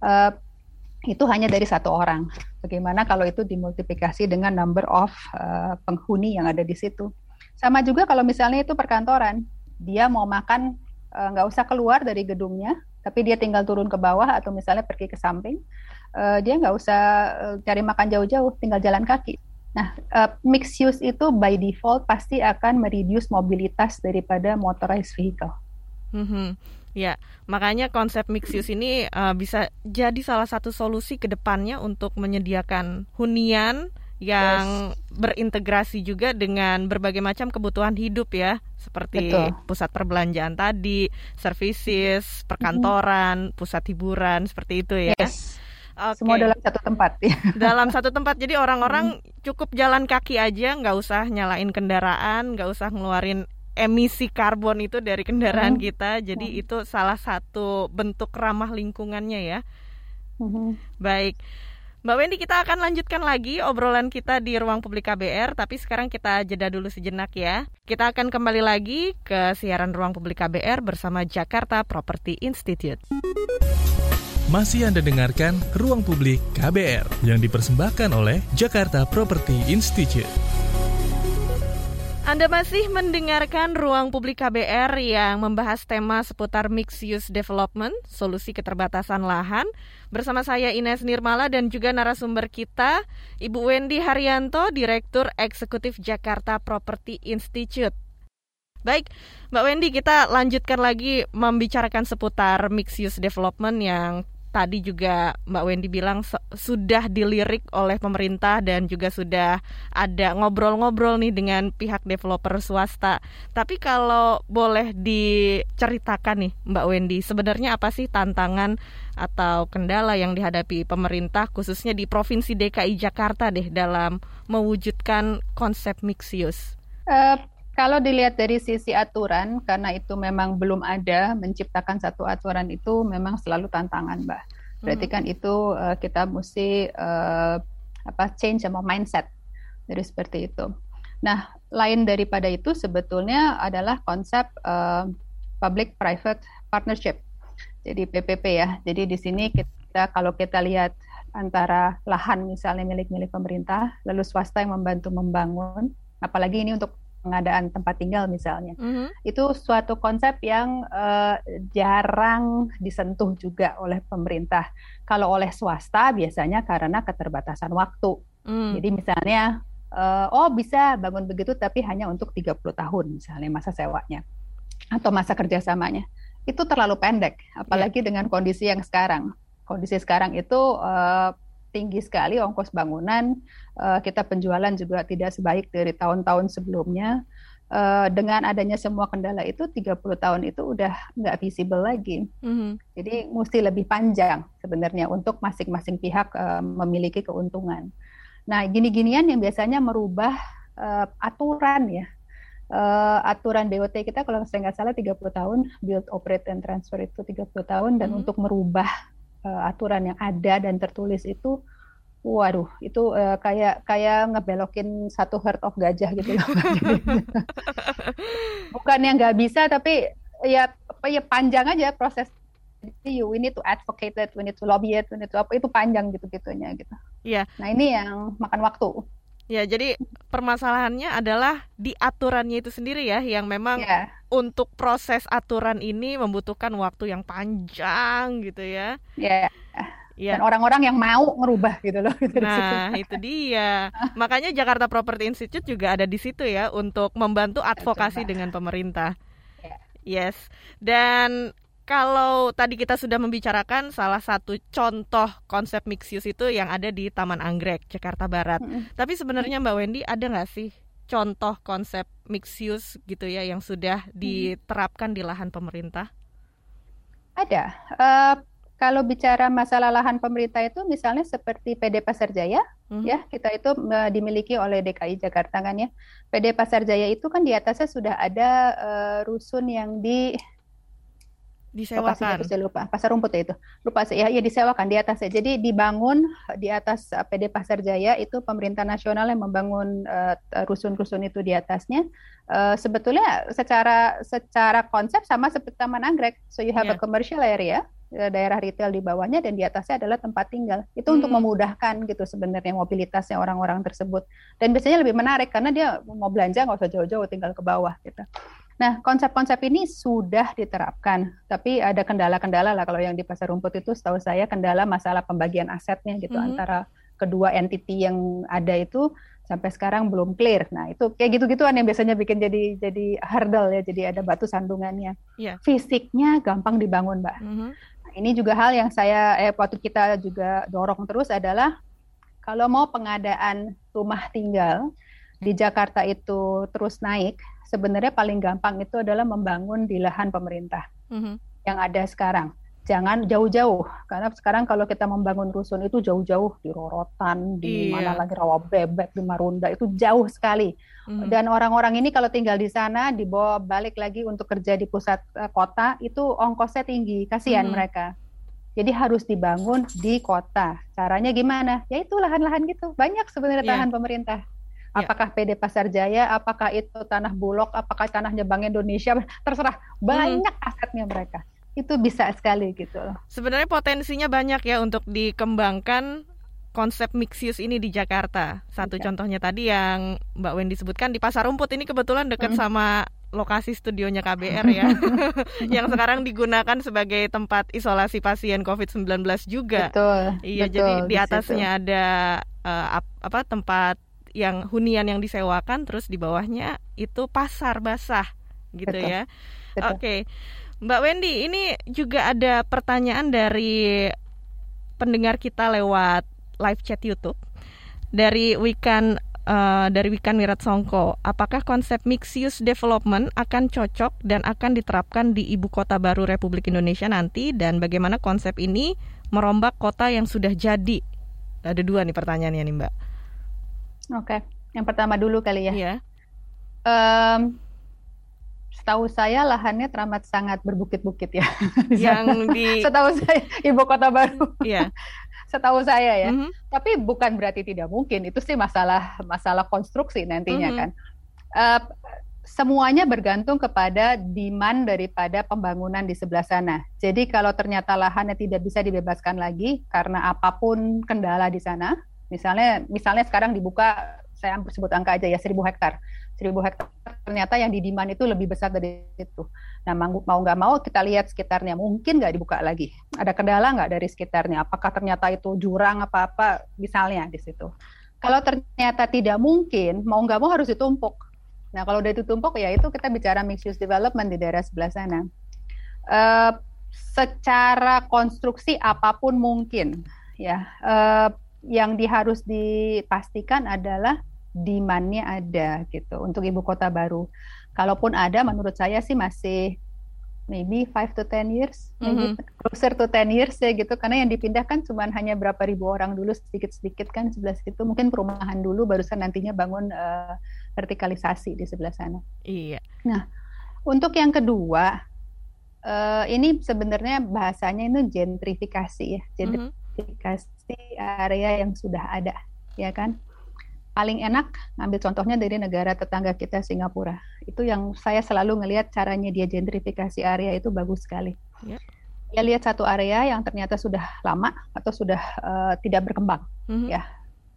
Itu hanya dari satu orang. Bagaimana kalau itu dimultiplikasi dengan number of penghuni yang ada di situ? Sama juga kalau misalnya itu perkantoran, dia mau makan nggak usah keluar dari gedungnya, tapi dia tinggal turun ke bawah atau misalnya pergi ke samping, dia nggak usah cari makan jauh-jauh, tinggal jalan kaki. Nah, mixed use itu by default pasti akan mereduce mobilitas daripada motorized vehicle. Ya, makanya konsep mixed use ini bisa jadi salah satu solusi ke depannya untuk menyediakan hunian yang berintegrasi juga dengan berbagai macam kebutuhan hidup ya, seperti pusat perbelanjaan tadi, services, perkantoran, pusat hiburan, seperti itu ya. Okay. Semua dalam satu tempat. Dalam satu tempat, jadi orang-orang cukup jalan kaki aja, nggak usah nyalain kendaraan, nggak usah ngeluarin emisi karbon itu dari kendaraan kita. Jadi itu salah satu bentuk ramah lingkungannya ya. Baik, Mbak Wendy, kita akan lanjutkan lagi obrolan kita di Ruang Publik KBR, tapi sekarang kita jeda dulu sejenak ya. Kita akan kembali lagi ke siaran Ruang Publik KBR bersama Jakarta Property Institute. Masih Anda dengarkan Ruang Publik KBR yang dipersembahkan oleh Jakarta Property Institute. Anda masih mendengarkan Ruang Publik KBR yang membahas tema seputar mixed use development, solusi keterbatasan lahan. Bersama saya Ines Nirmala dan juga narasumber kita, Ibu Wendy Haryanto, Direktur Eksekutif Jakarta Property Institute. Baik, Mbak Wendy, kita lanjutkan lagi membicarakan seputar mixed use development yang tadi juga Mbak Wendy bilang sudah dilirik oleh pemerintah dan juga sudah ada ngobrol-ngobrol nih dengan pihak developer swasta. Tapi kalau boleh diceritakan nih Mbak Wendy, sebenarnya apa sih tantangan atau kendala yang dihadapi pemerintah khususnya di Provinsi DKI Jakarta deh dalam mewujudkan konsep mixed use? Kalau dilihat dari sisi aturan, karena itu memang belum ada, menciptakan satu aturan itu memang selalu tantangan, Mbak. Berarti kan itu kita mesti change sama mindset dari seperti itu. Nah, lain daripada itu sebetulnya adalah konsep public-private partnership. Jadi PPP ya. Jadi di sini kalau kita lihat antara lahan misalnya milik pemerintah, lalu swasta yang membantu membangun, apalagi ini untuk pengadaan tempat tinggal misalnya, itu suatu konsep yang jarang disentuh juga oleh pemerintah. Kalau oleh swasta biasanya karena keterbatasan waktu. Jadi misalnya, bisa bangun begitu tapi hanya untuk 30 tahun misalnya masa sewanya atau masa kerjasamanya. Itu terlalu pendek, apalagi dengan kondisi yang sekarang. Kondisi sekarang itu tinggi sekali ongkos bangunan, kita penjualan juga tidak sebaik dari tahun-tahun sebelumnya. Dengan adanya semua kendala itu, 30 tahun itu udah nggak visible lagi. Jadi mesti lebih panjang sebenarnya untuk masing-masing pihak memiliki keuntungan. Nah, gini-ginian yang biasanya merubah aturan ya. Aturan BOT kita kalau saya nggak salah 30 tahun, build, operate, and transfer itu 30 tahun, dan untuk merubah aturan yang ada dan tertulis itu, waduh, itu kayak ngebelokin satu herd of gajah gitu loh. Bukan yang nggak bisa, tapi ya panjang aja proses. Jadi we need to advocate it, we need to lobby it, we need to itu panjang gitu-gitunya gitu. Iya. Nah, ini yang makan waktu. Ya, jadi permasalahannya adalah di aturannya itu sendiri ya, yang memang untuk proses aturan ini membutuhkan waktu yang panjang gitu ya. Ya. Dan orang-orang yang mau ngerubah gitu loh. Nah, itu dia. Makanya Jakarta Property Institute juga ada di situ ya, untuk membantu advokasi dengan pemerintah. Yes. Dan kalau tadi kita sudah membicarakan salah satu contoh konsep mixed use itu yang ada di Taman Anggrek, Jakarta Barat. Tapi sebenarnya Mbak Wendy, ada nggak sih contoh konsep mixed use gitu ya yang sudah diterapkan di lahan pemerintah? Ada. Kalau bicara masalah lahan pemerintah itu misalnya seperti PD Pasar Jaya, ya kita itu dimiliki oleh DKI Jakarta kan ya. PD Pasar Jaya itu kan di atasnya sudah ada rusun yang disewakan. Saya lupa, Pasar Rumput ya itu. Lupa ya disewakan di atasnya. Jadi dibangun di atas PD Pasar Jaya itu pemerintah nasional yang membangun rusun-rusun itu di atasnya. Sebetulnya secara konsep sama seperti Taman Anggrek. So you have a commercial area, daerah retail di bawahnya, dan di atasnya adalah tempat tinggal. Itu untuk memudahkan gitu sebenarnya mobilitasnya orang-orang tersebut. Dan biasanya lebih menarik karena dia mau belanja nggak usah jauh-jauh, tinggal ke bawah gitu. Nah, konsep-konsep ini sudah diterapkan, tapi ada kendala-kendala lah. Kalau yang di Pasar Rumput itu setahu saya kendala masalah pembagian asetnya gitu antara kedua entity yang ada itu sampai sekarang belum clear. Nah, itu kayak gitu-gituan yang biasanya bikin jadi hurdle ya, jadi ada batu sandungannya. Fisiknya gampang dibangun, Mbak. Nah, ini juga hal yang waktu kita juga dorong terus adalah kalau mau pengadaan rumah tinggal di Jakarta itu terus naik, sebenarnya paling gampang itu adalah membangun di lahan pemerintah yang ada sekarang. Jangan jauh-jauh, karena sekarang kalau kita membangun rusun itu jauh-jauh di Rorotan, di mana lagi Rawabebek, di Marunda, itu jauh sekali. Dan orang-orang ini kalau tinggal di sana, dibawa balik lagi untuk kerja di pusat kota, itu ongkosnya tinggi, kasihan mereka. Jadi harus dibangun di kota. Caranya gimana? Ya itu lahan-lahan gitu, banyak sebenarnya lahan pemerintah. Apakah PD Pasar Jaya, apakah itu tanah Bulog, apakah tanahnya Bank Indonesia, terserah, banyak asetnya mereka. Itu bisa sekali gitu. Sebenarnya potensinya banyak ya untuk dikembangkan konsep mixed use ini di Jakarta. Satu contohnya tadi yang Mbak Wendy sebutkan di Pasar Rumput, ini kebetulan dekat sama lokasi studionya KBR ya. Yang sekarang digunakan sebagai tempat isolasi pasien COVID-19 juga. Betul. Iya, jadi di atasnya ada tempat yang hunian yang disewakan, terus di bawahnya itu pasar basah gitu ya. Oke. Mbak Wendy, ini juga ada pertanyaan dari pendengar kita lewat live chat YouTube dari Wikan Wiratsongko. Apakah konsep mixed use development akan cocok dan akan diterapkan di ibu kota baru Republik Indonesia nanti, dan bagaimana konsep ini merombak kota yang sudah jadi? Ada dua nih pertanyaannya nih, Mbak. Oke, yang pertama dulu kali ya. Iya. Setahu saya lahannya teramat sangat berbukit-bukit ya. Yang di setahu saya ibu kota baru. Iya. Setahu saya ya. Tapi bukan berarti tidak mungkin. Itu sih masalah konstruksi nantinya kan. Semuanya bergantung kepada demand daripada pembangunan di sebelah sana. Jadi kalau ternyata lahannya tidak bisa dibebaskan lagi karena apapun kendala di sana, misalnya sekarang dibuka, saya sebut angka aja ya, 1.000 hektar. 1.000 hektar ternyata yang di-demand itu lebih besar dari itu. Nah, mau nggak mau kita lihat sekitarnya, mungkin nggak dibuka lagi. Ada kendala nggak dari sekitarnya? Apakah ternyata itu jurang apa-apa misalnya di situ. Kalau ternyata tidak mungkin, mau nggak mau harus ditumpuk. Nah, kalau udah ditumpuk ya itu kita bicara mixed use development di daerah sebelah sana. Secara konstruksi apapun mungkin ya. Yang harus dipastikan adalah demand-nya ada gitu untuk ibu kota baru. Kalaupun ada, menurut saya sih masih maybe 5 to 10 years, maybe closer to 10 years ya gitu, karena yang dipindahkan cuma hanya berapa ribu orang dulu, sedikit-sedikit kan sebelah situ, mungkin perumahan dulu barusan nantinya bangun vertikalisasi di sebelah sana. Iya. Nah, untuk yang kedua, ini sebenarnya bahasanya itu gentrifikasi ya, gentrifikasi area yang sudah ada, ya kan? Paling enak ngambil contohnya dari negara tetangga kita Singapura. Itu yang saya selalu ngelihat caranya dia gentrifikasi area itu bagus sekali. Dia lihat satu area yang ternyata sudah lama atau sudah tidak berkembang, ya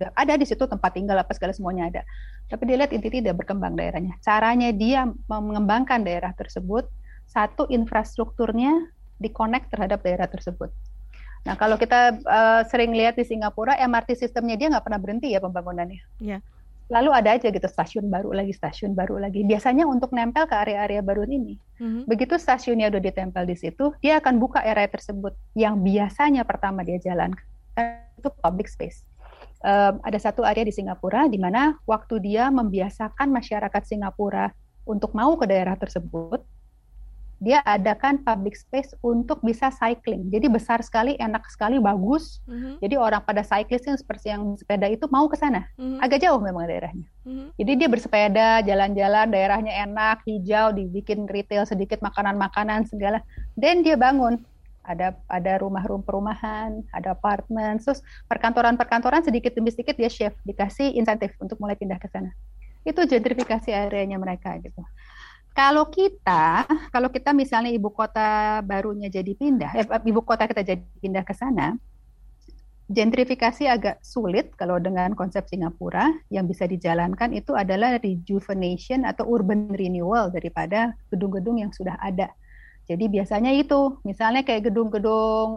ada di situ tempat tinggal apa segala semuanya ada. Tapi dia lihat inti tidak berkembang daerahnya. Caranya dia mengembangkan daerah tersebut, satu infrastrukturnya di-connect terhadap daerah tersebut. Nah, kalau kita sering lihat di Singapura, MRT sistemnya dia nggak pernah berhenti ya pembangunannya. Yeah. Lalu ada aja gitu stasiun baru lagi. Biasanya untuk nempel ke area-area baru ini. Begitu stasiunnya udah ditempel di situ, dia akan buka area tersebut yang biasanya pertama dia jalankan itu public space. Ada satu area di Singapura di mana waktu dia membiasakan masyarakat Singapura untuk mau ke daerah tersebut, dia adakan public space untuk bisa cycling. Jadi besar sekali, enak sekali, bagus. Jadi orang pada cycling seperti yang sepeda itu mau ke sana. Agak jauh memang daerahnya. Jadi dia bersepeda, jalan-jalan, daerahnya enak, hijau, dibikin retail sedikit, makanan-makanan segala. Dan dia bangun. Ada rumah-perumahan, ada apartemen, terus perkantoran-perkantoran sedikit demi sedikit dia shift, dikasih insentif untuk mulai pindah ke sana. Itu gentrifikasi areanya mereka gitu. Kalau kita misalnya ibu kota barunya jadi ibu kota kita jadi pindah ke sana, gentrifikasi agak sulit kalau dengan konsep Singapura yang bisa dijalankan itu adalah rejuvenation atau urban renewal daripada gedung-gedung yang sudah ada. Jadi biasanya itu, misalnya kayak gedung-gedung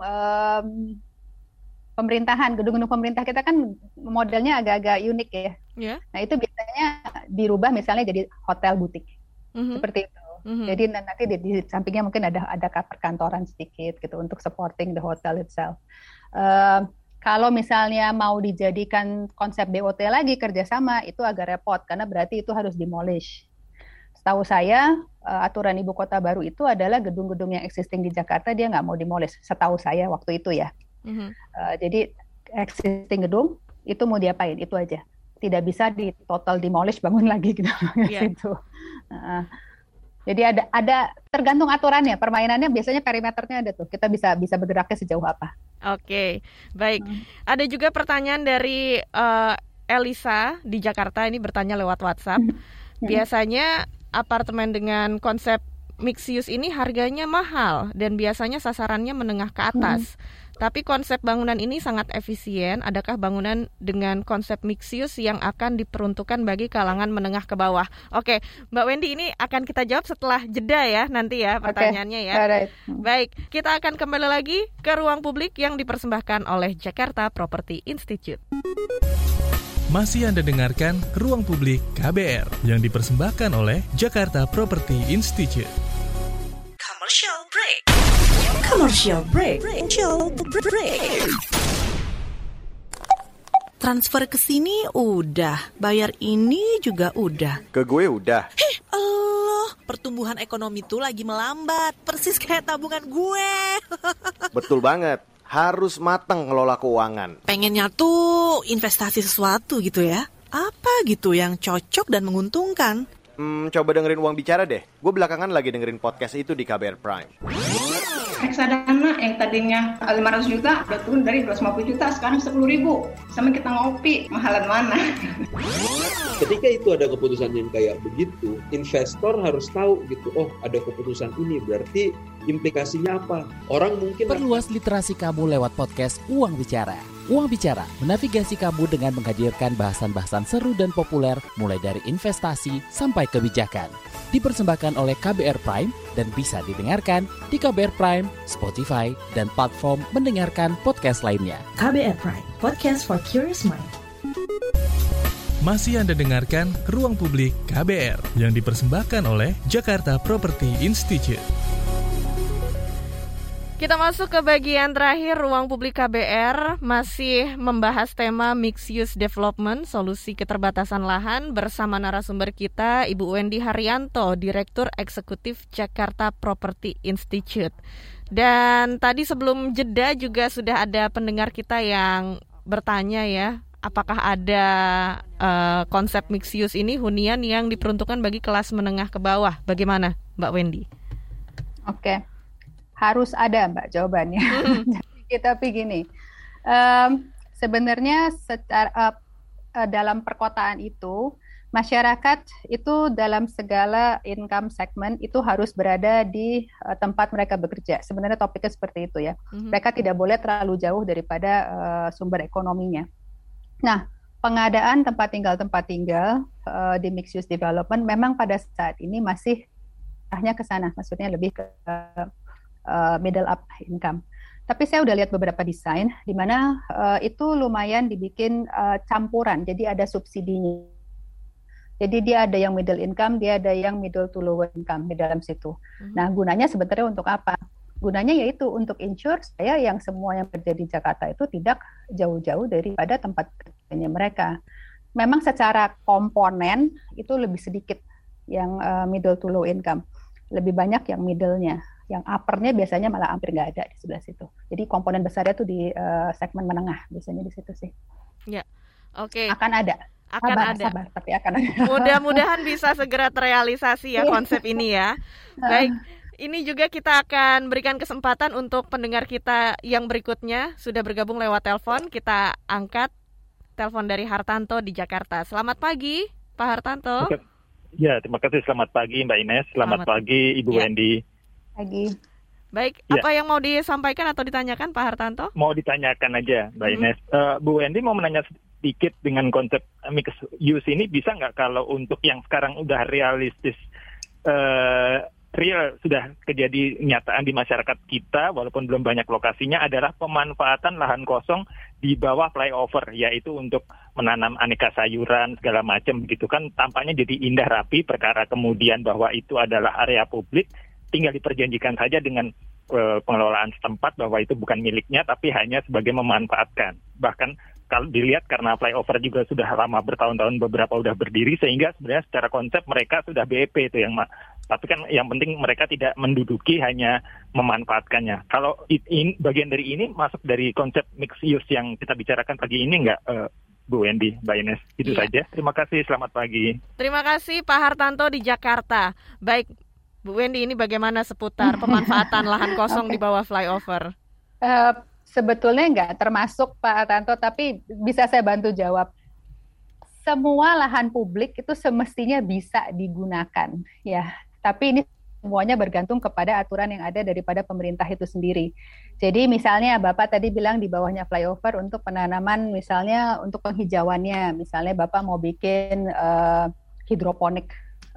pemerintahan, gedung-gedung pemerintah kita kan modelnya agak-agak unik ya. Yeah. Nah itu biasanya dirubah misalnya jadi hotel butik. Seperti itu. Jadi nanti di sampingnya mungkin ada perkantoran sedikit gitu untuk supporting the hotel itself. Kalau misalnya mau dijadikan konsep BOT lagi kerjasama itu agak repot karena berarti itu harus demolish. Setahu saya aturan ibu kota baru itu adalah gedung-gedung yang existing di Jakarta dia nggak mau demolish. Setahu saya waktu itu ya. Jadi existing gedung itu mau diapain itu aja. Tidak bisa di total demolish bangun lagi gitu. Yeah. Gitu. Jadi ada tergantung aturannya, permainannya biasanya perimeternya ada tuh. Kita bisa bergeraknya sejauh apa. Oke, baik. Ada juga pertanyaan dari Elisa di Jakarta ini bertanya lewat WhatsApp. Biasanya apartemen dengan konsep mixed use ini harganya mahal dan biasanya sasarannya menengah ke atas. Tapi konsep bangunan ini sangat efisien. Adakah bangunan dengan konsep mixed use yang akan diperuntukkan bagi kalangan menengah ke bawah? Oke, Mbak Wendy, ini akan kita jawab setelah jeda ya nanti ya pertanyaannya ya. Right. Baik, kita akan kembali lagi ke ruang publik yang dipersembahkan oleh Jakarta Property Institute. Masih Anda dengarkan Ruang Publik KBR yang dipersembahkan oleh Jakarta Property Institute. Commercial break. Commercial break. Transfer ke sini udah, bayar ini juga udah. Ke gue udah. Allah, pertumbuhan ekonomi tuh lagi melambat, persis kayak tabungan gue. Betul banget. Harus matang ngelola keuangan. Pengennya tuh investasi sesuatu gitu ya. Apa gitu yang cocok dan menguntungkan? Coba dengerin Uang Bicara deh. Gue belakangan lagi dengerin podcast itu di KBR Prime. Reksadana yang tadinya 500 juta udah turun dari 250 juta sekarang 10.000. Sama kita ngopi, mahalan mana? Ketika itu ada keputusan yang kayak begitu, investor harus tahu gitu, oh ada keputusan ini berarti implikasinya apa? Orang mungkin perluas literasi kamu lewat podcast Uang Bicara. Uang Bicara menavigasi kamu dengan menghadirkan bahasan-bahasan seru dan populer mulai dari investasi sampai kebijakan. Dipersembahkan oleh KBR Prime dan bisa didengarkan di KBR Prime, Spotify, dan platform mendengarkan podcast lainnya. KBR Prime, podcast for curious mind. Masih Anda dengarkan Ruang Publik KBR yang dipersembahkan oleh Jakarta Property Institute. Kita masuk ke bagian terakhir Ruang Publik KBR, masih membahas tema Mixed Use Development, solusi keterbatasan lahan bersama narasumber kita Ibu Wendy Haryanto, Direktur Eksekutif Jakarta Property Institute. Dan tadi sebelum jeda juga sudah ada pendengar kita yang bertanya ya, apakah ada konsep mixed use ini hunian yang diperuntukkan bagi kelas menengah ke bawah? Bagaimana Mbak Wendy? Oke. Harus ada Mbak jawabannya. Tapi gini, sebenarnya secara dalam perkotaan itu masyarakat itu dalam segala income segment itu harus berada di tempat mereka bekerja. Sebenarnya topiknya seperti itu ya. Mereka tidak boleh terlalu jauh daripada sumber ekonominya. Nah, pengadaan tempat tinggal di mixed use development memang pada saat ini masih arahnya ke sana, maksudnya lebih ke middle up income. Tapi saya udah lihat beberapa desain di mana itu lumayan dibikin campuran, jadi ada subsidinya. Jadi dia ada yang middle income, dia ada yang middle to lower income di dalam situ. Nah, gunanya sebenarnya untuk apa? Gunanya yaitu untuk ensure saya yang semua yang kerja di Jakarta itu tidak jauh-jauh daripada tempat kerjanya mereka. Memang secara komponen itu lebih sedikit yang middle to low income. Lebih banyak yang middle-nya. Yang upper-nya biasanya malah hampir nggak ada di sebelah situ. Jadi komponen besarnya tuh di segmen menengah biasanya di situ sih. Ya, oke. Akan ada. Sabar, tapi akan ada. Mudah-mudahan bisa segera terrealisasi ya konsep ini ya. Baik. Ini juga kita akan berikan kesempatan untuk pendengar kita yang berikutnya sudah bergabung lewat telepon. Kita angkat telepon dari Hartanto di Jakarta. Selamat pagi, Pak Hartanto. Ya, terima kasih. Selamat pagi, Mbak Ines. Selamat pagi, Ibu Wendy. Pagi. Baik, apa yang mau disampaikan atau ditanyakan, Pak Hartanto? Mau ditanyakan aja, Mbak Ines. Bu Wendy mau menanya sedikit dengan konsep mixed use ini, bisa nggak kalau untuk yang sekarang udah realistis, real sudah terjadi kenyataan di masyarakat kita walaupun belum banyak lokasinya adalah pemanfaatan lahan kosong di bawah flyover, yaitu untuk menanam aneka sayuran segala macam gitu kan, tampaknya jadi indah rapi, perkara kemudian bahwa itu adalah area publik tinggal diperjanjikan saja dengan pengelolaan setempat bahwa itu bukan miliknya tapi hanya sebagai memanfaatkan. Bahkan kalau dilihat karena flyover juga sudah lama bertahun-tahun, beberapa udah berdiri, sehingga sebenarnya secara konsep mereka sudah BEP itu yang tapi kan yang penting mereka tidak menduduki, hanya memanfaatkannya. Kalau bagian dari ini masuk dari konsep mixed use yang kita bicarakan pagi ini nggak, Bu Wendy, Mbak Ines? Itu saja. Terima kasih, selamat pagi. Terima kasih Pak Hartanto di Jakarta. Baik, Bu Wendy, ini bagaimana seputar pemanfaatan lahan kosong di bawah flyover? Sebetulnya nggak termasuk Pak Hartanto, tapi bisa saya bantu jawab. Semua lahan publik itu semestinya bisa digunakan, ya. Tapi ini semuanya bergantung kepada aturan yang ada daripada pemerintah itu sendiri. Jadi misalnya Bapak tadi bilang di bawahnya flyover untuk penanaman, misalnya untuk penghijauannya, misalnya Bapak mau bikin hidroponik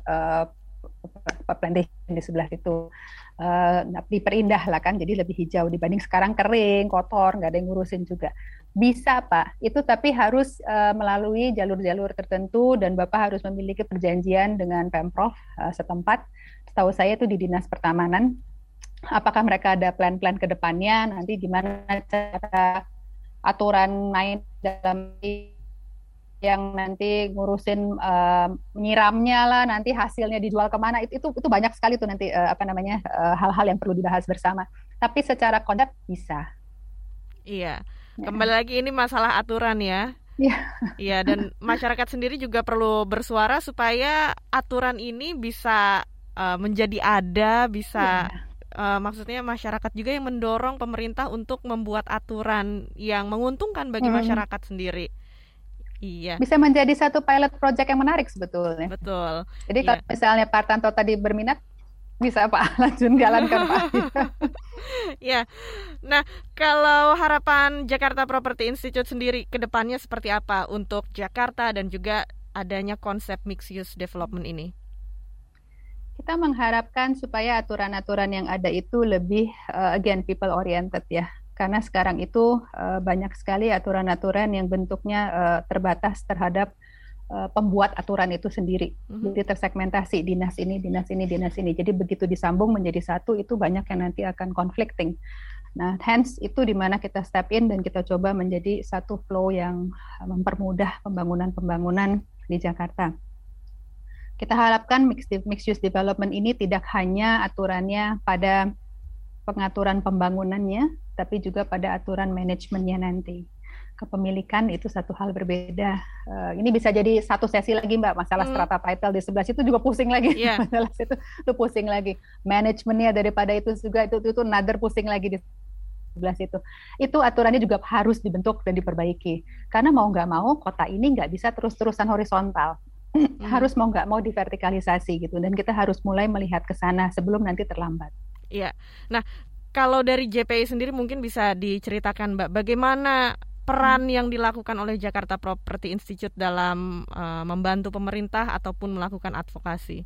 plantation di sebelah situ, diperindah lah kan, jadi lebih hijau dibanding sekarang kering, kotor, nggak ada yang ngurusin juga. Bisa Pak, itu tapi harus melalui jalur-jalur tertentu dan Bapak harus memiliki perjanjian dengan Pemprov setempat. Setahu saya itu di Dinas Pertamanan. Apakah mereka ada plan-plan ke depannya, nanti gimana cara aturan main dalam yang nanti ngurusin menyiramnya lah, nanti hasilnya dijual kemana, itu banyak sekali tuh nanti hal-hal yang perlu dibahas bersama. Tapi secara konsep bisa. Iya. Kembali lagi ini masalah aturan ya. Iya, dan masyarakat sendiri juga perlu bersuara supaya aturan ini bisa menjadi ada, bisa maksudnya masyarakat juga yang mendorong pemerintah untuk membuat aturan yang menguntungkan bagi masyarakat sendiri. Iya. Bisa menjadi satu pilot project yang menarik sebetulnya. Betul. Jadi kalau misalnya Pak Hartanto tadi berminat, bisa Pak lanjut jalankan Pak. Ya. Nah, kalau harapan Jakarta Property Institute sendiri ke depannya seperti apa untuk Jakarta dan juga adanya konsep mixed use development ini? Kita mengharapkan supaya aturan-aturan yang ada itu lebih again people oriented ya. Karena sekarang itu banyak sekali aturan-aturan yang bentuknya terbatas terhadap pembuat aturan itu sendiri. Jadi tersegmentasi dinas ini, dinas ini, dinas ini. Jadi begitu disambung menjadi satu, itu banyak yang nanti akan conflicting. Nah, hence itu di mana kita step in dan kita coba menjadi satu flow yang mempermudah pembangunan-pembangunan di Jakarta. Kita harapkan mixed use development ini tidak hanya aturannya pada pengaturan pembangunannya, tapi juga pada aturan manajemennya nanti. Kepemilikan itu satu hal berbeda. Ini bisa jadi satu sesi lagi Mbak, masalah strata title di sebelah situ juga pusing lagi. Masalah situ itu pusing lagi. Manajemennya daripada itu juga itu another pusing lagi di sebelah situ. Itu aturannya juga harus dibentuk dan diperbaiki. Karena mau nggak mau kota ini nggak bisa terus-terusan horizontal. Harus mau nggak mau divertikalisasi gitu. Dan kita harus mulai melihat ke sana sebelum nanti terlambat. Iya. Nah, kalau dari JPI sendiri mungkin bisa diceritakan Mbak, bagaimana peran yang dilakukan oleh Jakarta Property Institute dalam membantu pemerintah ataupun melakukan advokasi?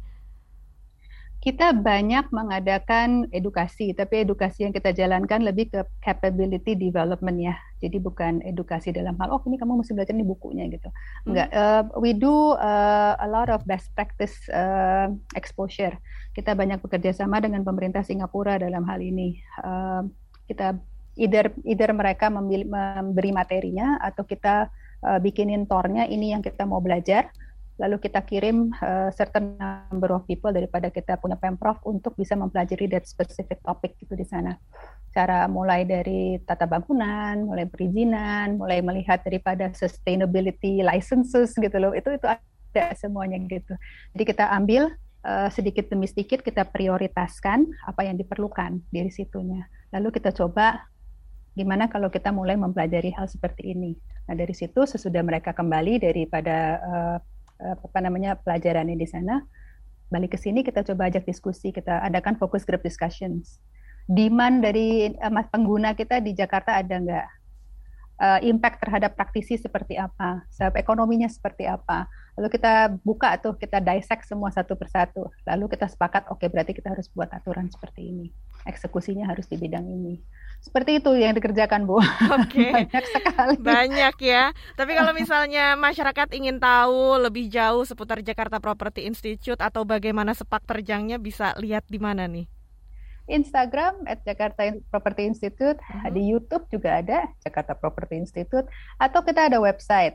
Kita banyak mengadakan edukasi, tapi edukasi yang kita jalankan lebih ke capability development ya. Jadi bukan edukasi dalam hal, oh ini kamu mesti belajar nih bukunya gitu. Enggak, we do a lot of best practice exposure. Kita banyak bekerja sama dengan pemerintah Singapura dalam hal ini. Kita either mereka memberi materinya atau kita bikinin tornya, ini yang kita mau belajar. Lalu kita kirim certain number of people daripada kita punya Pemprov untuk bisa mempelajari that specific topic gitu di sana. Cara mulai dari tata bangunan, mulai perizinan, mulai melihat daripada sustainability licenses gitu loh. Itu ada semuanya gitu. Jadi kita ambil sedikit demi sedikit, kita prioritaskan apa yang diperlukan dari situnya. Lalu kita coba gimana kalau kita mulai mempelajari hal seperti ini. Nah dari situ sesudah mereka kembali daripada pelajarannya di sana, balik ke sini kita coba ajak diskusi, kita adakan focus group discussions. Demand dari pengguna kita di Jakarta ada nggak? Impact terhadap praktisi seperti apa? Ekonominya seperti apa? Lalu kita buka tuh, kita dissect semua satu persatu. Lalu kita sepakat, oke, berarti kita harus buat aturan seperti ini. Eksekusinya harus di bidang ini. Seperti itu yang dikerjakan, Bu. Oke. Banyak sekali. Banyak ya. Tapi kalau misalnya masyarakat ingin tahu lebih jauh seputar Jakarta Property Institute atau bagaimana sepak terjangnya, bisa lihat di mana nih? Instagram @Jakarta Property Institute, di YouTube juga ada Jakarta Property Institute, atau kita ada website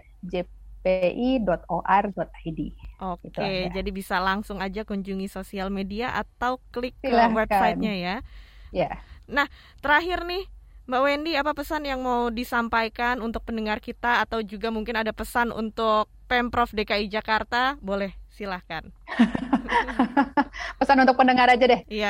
jpi.or.id. Oke, jadi bisa langsung aja kunjungi sosial media atau klik ke websitenya ya. Ya. Nah, terakhir nih, Mbak Wendy, apa pesan yang mau disampaikan untuk pendengar kita atau juga mungkin ada pesan untuk Pemprov DKI Jakarta? Boleh, silahkan. Pesan untuk pendengar aja deh. Iya.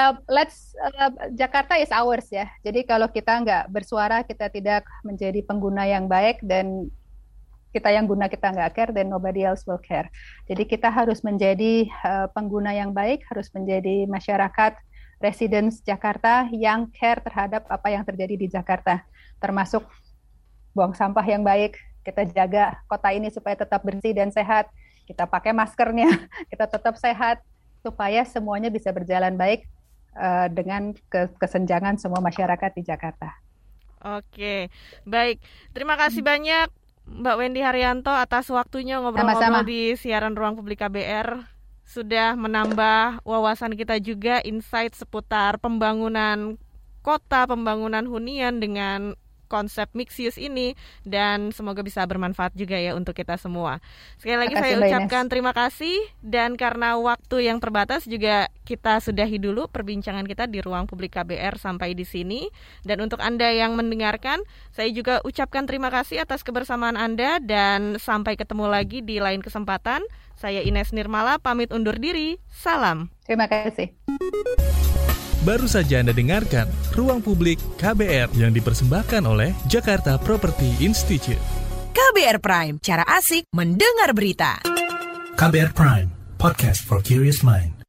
Jakarta is ours ya. Jadi kalau kita nggak bersuara, kita tidak menjadi pengguna yang baik, dan kita yang guna kita nggak care, then nobody else will care. Jadi kita harus menjadi pengguna yang baik, harus menjadi masyarakat residents Jakarta yang care terhadap apa yang terjadi di Jakarta, termasuk buang sampah yang baik. Kita jaga kota ini supaya tetap bersih dan sehat. Kita pakai maskernya, kita tetap sehat, supaya semuanya bisa berjalan baik dengan kesenjangan semua masyarakat di Jakarta. Oke, baik. Terima kasih banyak Mbak Wendy Haryanto atas waktunya ngobrol-ngobrol di siaran Ruang Publik KBR. Sudah menambah wawasan kita juga, insight seputar pembangunan kota, pembangunan hunian dengan konsep mixed use ini, dan semoga bisa bermanfaat juga ya untuk kita semua. Sekali lagi saya ucapkan terima kasih, dan karena waktu yang terbatas juga kita sudahi dulu perbincangan kita di Ruang Publik KBR sampai di sini. Dan untuk Anda yang mendengarkan, saya juga ucapkan terima kasih atas kebersamaan Anda, dan sampai ketemu lagi di lain kesempatan. Saya Ines Nirmala pamit undur diri. Salam. Terima kasih. Baru saja Anda dengarkan Ruang Publik KBR yang dipersembahkan oleh Jakarta Property Institute. KBR Prime, cara asik mendengar berita. KBR Prime, podcast for curious mind.